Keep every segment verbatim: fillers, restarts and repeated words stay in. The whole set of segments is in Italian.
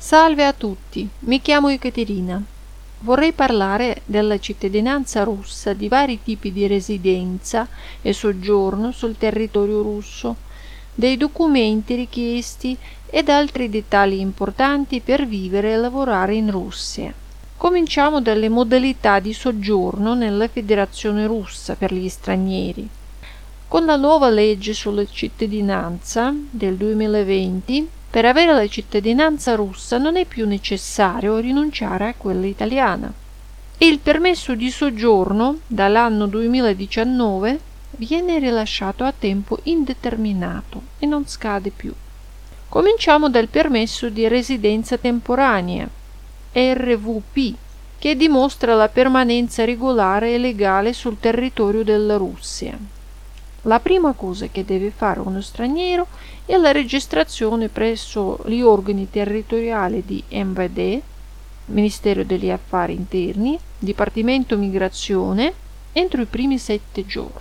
Salve a tutti, mi chiamo Ekaterina. Vorrei parlare della cittadinanza russa, di vari tipi di residenza e soggiorno sul territorio russo, dei documenti richiesti ed altri dettagli importanti per vivere e lavorare in Russia. Cominciamo dalle modalità di soggiorno nella Federazione Russa per gli stranieri. Con la nuova legge sulla cittadinanza del duemilaventi, per avere la cittadinanza russa non è più necessario rinunciare a quella italiana. Il permesso di soggiorno dall'anno duemiladiciannove viene rilasciato a tempo indeterminato e non scade più. Cominciamo dal permesso di residenza temporanea, R V P, che dimostra la permanenza regolare e legale sul territorio della Russia. La prima cosa che deve fare uno straniero è la registrazione presso gli organi territoriali di M V D, Ministero degli Affari Interni, Dipartimento Migrazione, entro i primi sette giorni.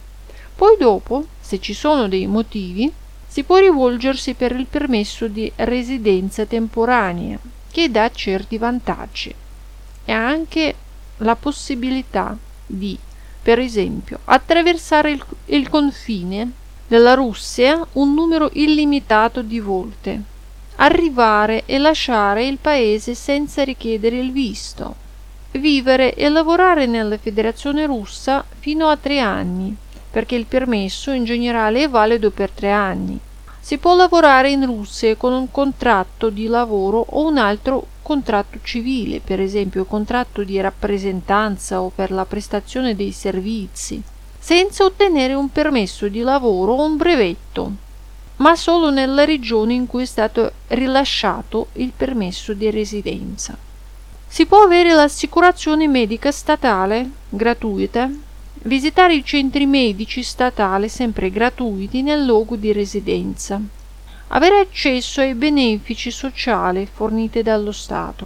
Poi dopo, se ci sono dei motivi, si può rivolgersi per il permesso di residenza temporanea, che dà certi vantaggi e anche la possibilità di, per esempio, attraversare il, il confine della Russia un numero illimitato di volte, arrivare e lasciare il paese senza richiedere il visto, vivere e lavorare nella Federazione Russa fino a tre anni, perché il permesso in generale è valido per tre anni. Si può lavorare in Russia con un contratto di lavoro o un altro contratto civile, per esempio contratto di rappresentanza o per la prestazione dei servizi, senza ottenere un permesso di lavoro o un brevetto, ma solo nella regione in cui è stato rilasciato il permesso di residenza. Si può avere l'assicurazione medica statale gratuita, visitare i centri medici statali sempre gratuiti nel luogo di residenza, avere accesso ai benefici sociali forniti dallo Stato,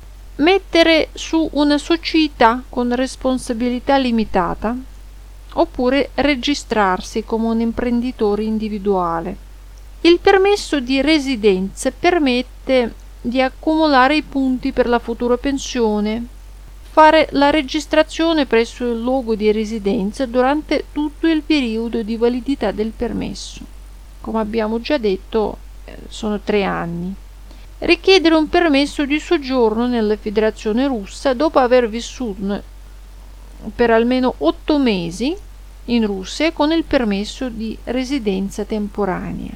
mettere su una società con responsabilità limitata, oppure registrarsi come un imprenditore individuale. Il permesso di residenza permette di accumulare i punti per la futura pensione, fare la registrazione presso il luogo di residenza durante tutto il periodo di validità del permesso. Come abbiamo già detto, sono tre anni. Richiedere un permesso di soggiorno nella Federazione Russa dopo aver vissuto per almeno otto mesi in Russia con il permesso di residenza temporanea.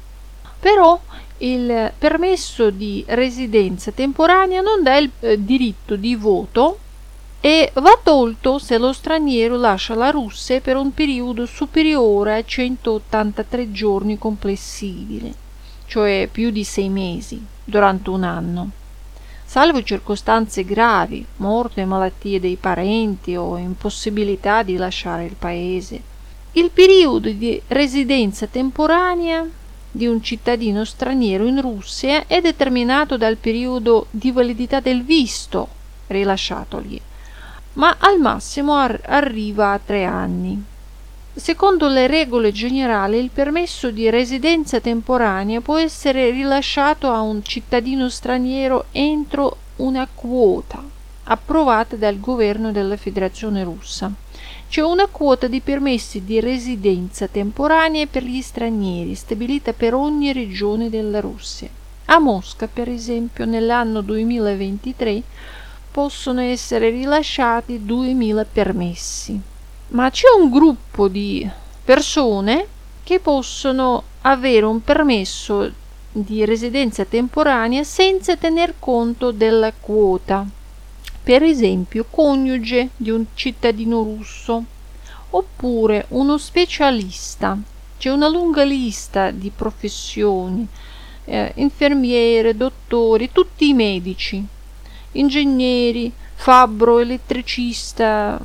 Però il permesso di residenza temporanea non dà il eh, diritto di voto e va tolto se lo straniero lascia la Russia per un periodo superiore a centottantatré giorni complessivi, cioè più di sei mesi, durante un anno, salvo circostanze gravi, morte e malattie dei parenti o impossibilità di lasciare il paese. Il periodo di residenza temporanea di un cittadino straniero in Russia è determinato dal periodo di validità del visto rilasciatogli, ma al massimo ar- arriva a tre anni. Secondo le regole generali, il permesso di residenza temporanea può essere rilasciato a un cittadino straniero entro una quota approvata dal governo della Federazione Russa. C'è una quota di permessi di residenza temporanea per gli stranieri stabilita per ogni regione della Russia. A Mosca, per esempio, nell'anno duemilaventitré possono essere rilasciati duemila permessi. Ma c'è un gruppo di persone che possono avere un permesso di residenza temporanea senza tener conto della quota. Per esempio, coniuge di un cittadino russo, oppure uno specialista. C'è una lunga lista di professioni, eh, infermiere, dottori, tutti i medici, ingegneri, fabbro, elettricista,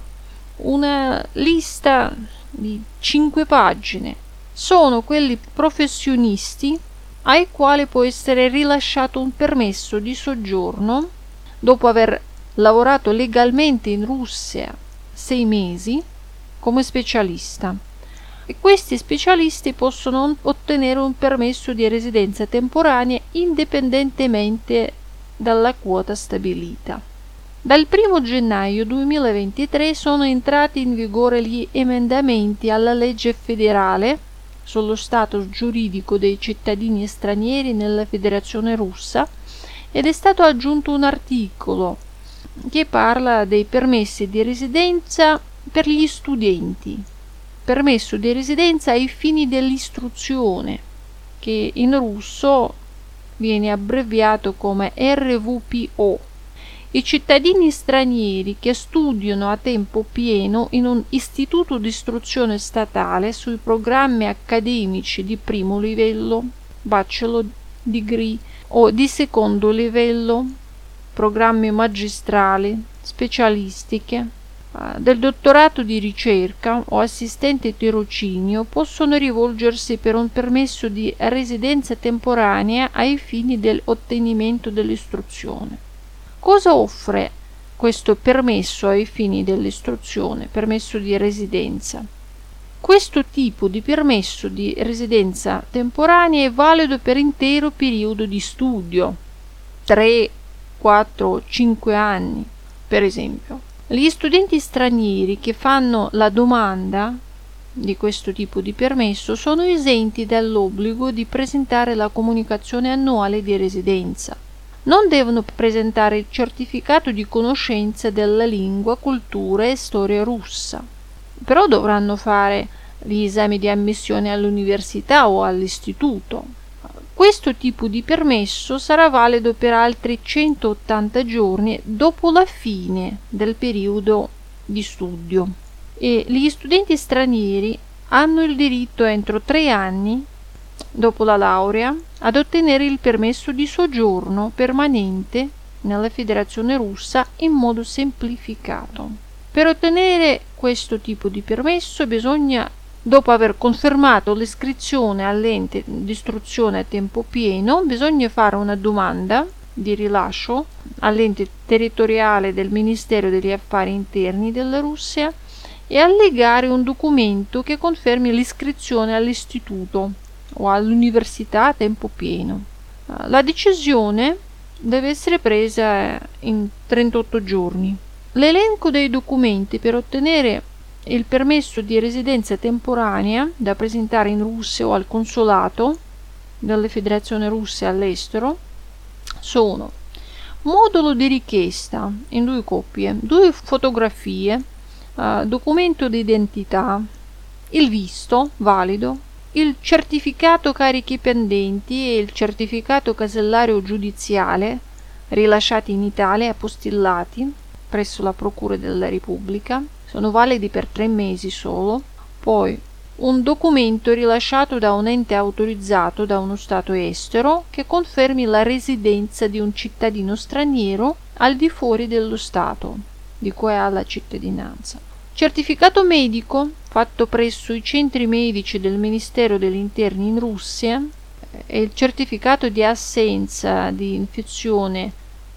una lista di cinque pagine. Sono quelli professionisti ai quali può essere rilasciato un permesso di soggiorno dopo aver lavorato legalmente in Russia sei mesi come specialista, e questi specialisti possono ottenere un permesso di residenza temporanea indipendentemente dalla quota stabilita. Dal primo gennaio duemilaventitré sono entrati in vigore gli emendamenti alla legge federale sullo status giuridico dei cittadini stranieri nella Federazione Russa ed è stato aggiunto un articolo che parla dei permessi di residenza per gli studenti, permesso di residenza ai fini dell'istruzione, che in russo viene abbreviato come R V P O. I cittadini stranieri che studiano a tempo pieno in un istituto di istruzione statale sui programmi accademici di primo livello, bachelor degree, o di secondo livello, programmi magistrali, specialistiche, del dottorato di ricerca o assistente tirocinio possono rivolgersi per un permesso di residenza temporanea ai fini dell'ottenimento dell'istruzione. Cosa offre questo permesso ai fini dell'istruzione, permesso di residenza? Questo tipo di permesso di residenza temporanea è valido per intero periodo di studio, tre, quattro, cinque anni, per esempio. Gli studenti stranieri che fanno la domanda di questo tipo di permesso sono esenti dall'obbligo di presentare la comunicazione annuale di residenza. Non devono presentare il certificato di conoscenza della lingua, cultura e storia russa, però dovranno fare gli esami di ammissione all'università o all'istituto. Questo tipo di permesso sarà valido per altri centottanta giorni dopo la fine del periodo di studio e gli studenti stranieri hanno il diritto entro tre anni dopo la laurea ad ottenere il permesso di soggiorno permanente nella Federazione Russa in modo semplificato. Per ottenere questo tipo di permesso bisogna, dopo aver confermato l'iscrizione all'ente di istruzione a tempo pieno, bisogna fare una domanda di rilascio all'ente territoriale del Ministero degli Affari Interni della Russia e allegare un documento che confermi l'iscrizione all'istituto o all'università a tempo pieno. La decisione deve essere presa in trentotto giorni. L'elenco dei documenti per ottenere il permesso di residenza temporanea da presentare in Russia o al consolato della Federazione Russa all'estero sono: modulo di richiesta in due copie, due fotografie, uh, documento di identità, il visto valido, il certificato carichi pendenti e il certificato casellario giudiziale rilasciati in Italia e appostillati presso la Procura della Repubblica, sono validi per tre mesi solo. Poi un documento rilasciato da un ente autorizzato da uno Stato estero che confermi la residenza di un cittadino straniero al di fuori dello Stato di cui ha la cittadinanza. Certificato medico fatto presso i centri medici del Ministero degli Interni in Russia e il certificato di assenza di infezione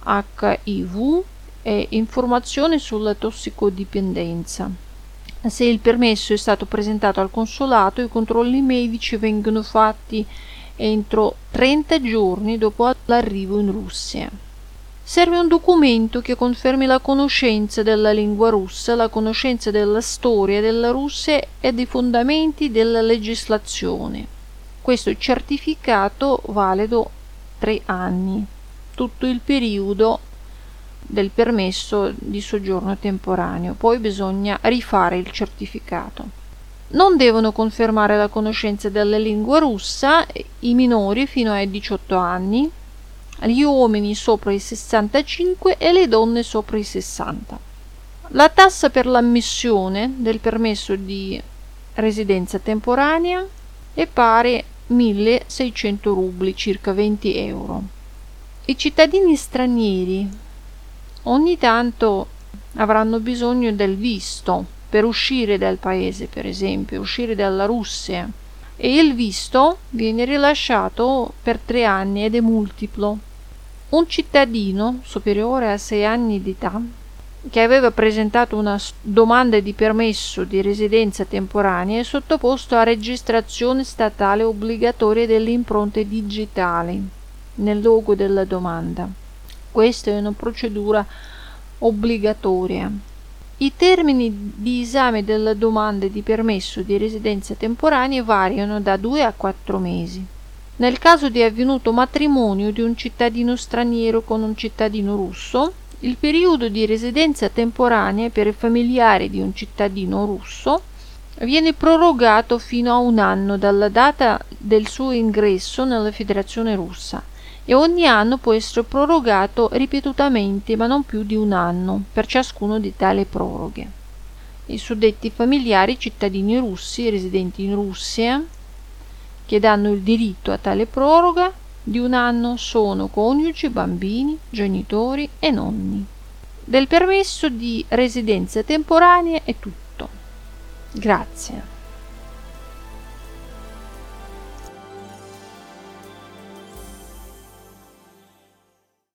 H I V e informazione sulla tossicodipendenza. Se il permesso è stato presentato al consolato, i controlli medici vengono fatti entro trenta giorni dopo l'arrivo in Russia. Serve un documento che confermi la conoscenza della lingua russa, la conoscenza della storia della Russia e dei fondamenti della legislazione. Questo certificato valido tre anni, tutto il periodo del permesso di soggiorno temporaneo. Poi bisogna rifare il certificato. Non devono confermare la conoscenza della lingua russa i minori fino ai diciotto anni, gli uomini sopra i sessantacinque e le donne sopra i sessanta. La tassa per l'ammissione del permesso di residenza temporanea è pari a milleseicento rubli, circa venti euro. I cittadini stranieri ogni tanto avranno bisogno del visto per uscire dal paese, per esempio, uscire dalla Russia, e il visto viene rilasciato per tre anni ed è multiplo. Un cittadino superiore a sei anni di età che aveva presentato una domanda di permesso di residenza temporanea è sottoposto a registrazione statale obbligatoria delle impronte digitali nel logo della domanda. questa è una procedura obbligatoria. I termini di esame della domanda di permesso di residenza temporanea variano da due a quattro mesi. Nel caso di avvenuto matrimonio di un cittadino straniero con un cittadino russo, il periodo di residenza temporanea per i familiari di un cittadino russo viene prorogato fino a un anno dalla data del suo ingresso nella Federazione Russa e ogni anno può essere prorogato ripetutamente, ma non più di un anno, per ciascuno di tali proroghe. I suddetti familiari cittadini russi residenti in Russia che danno il diritto a tale proroga di un anno sono coniugi, bambini, genitori e nonni. Del permesso di residenza temporanea è tutto. Grazie.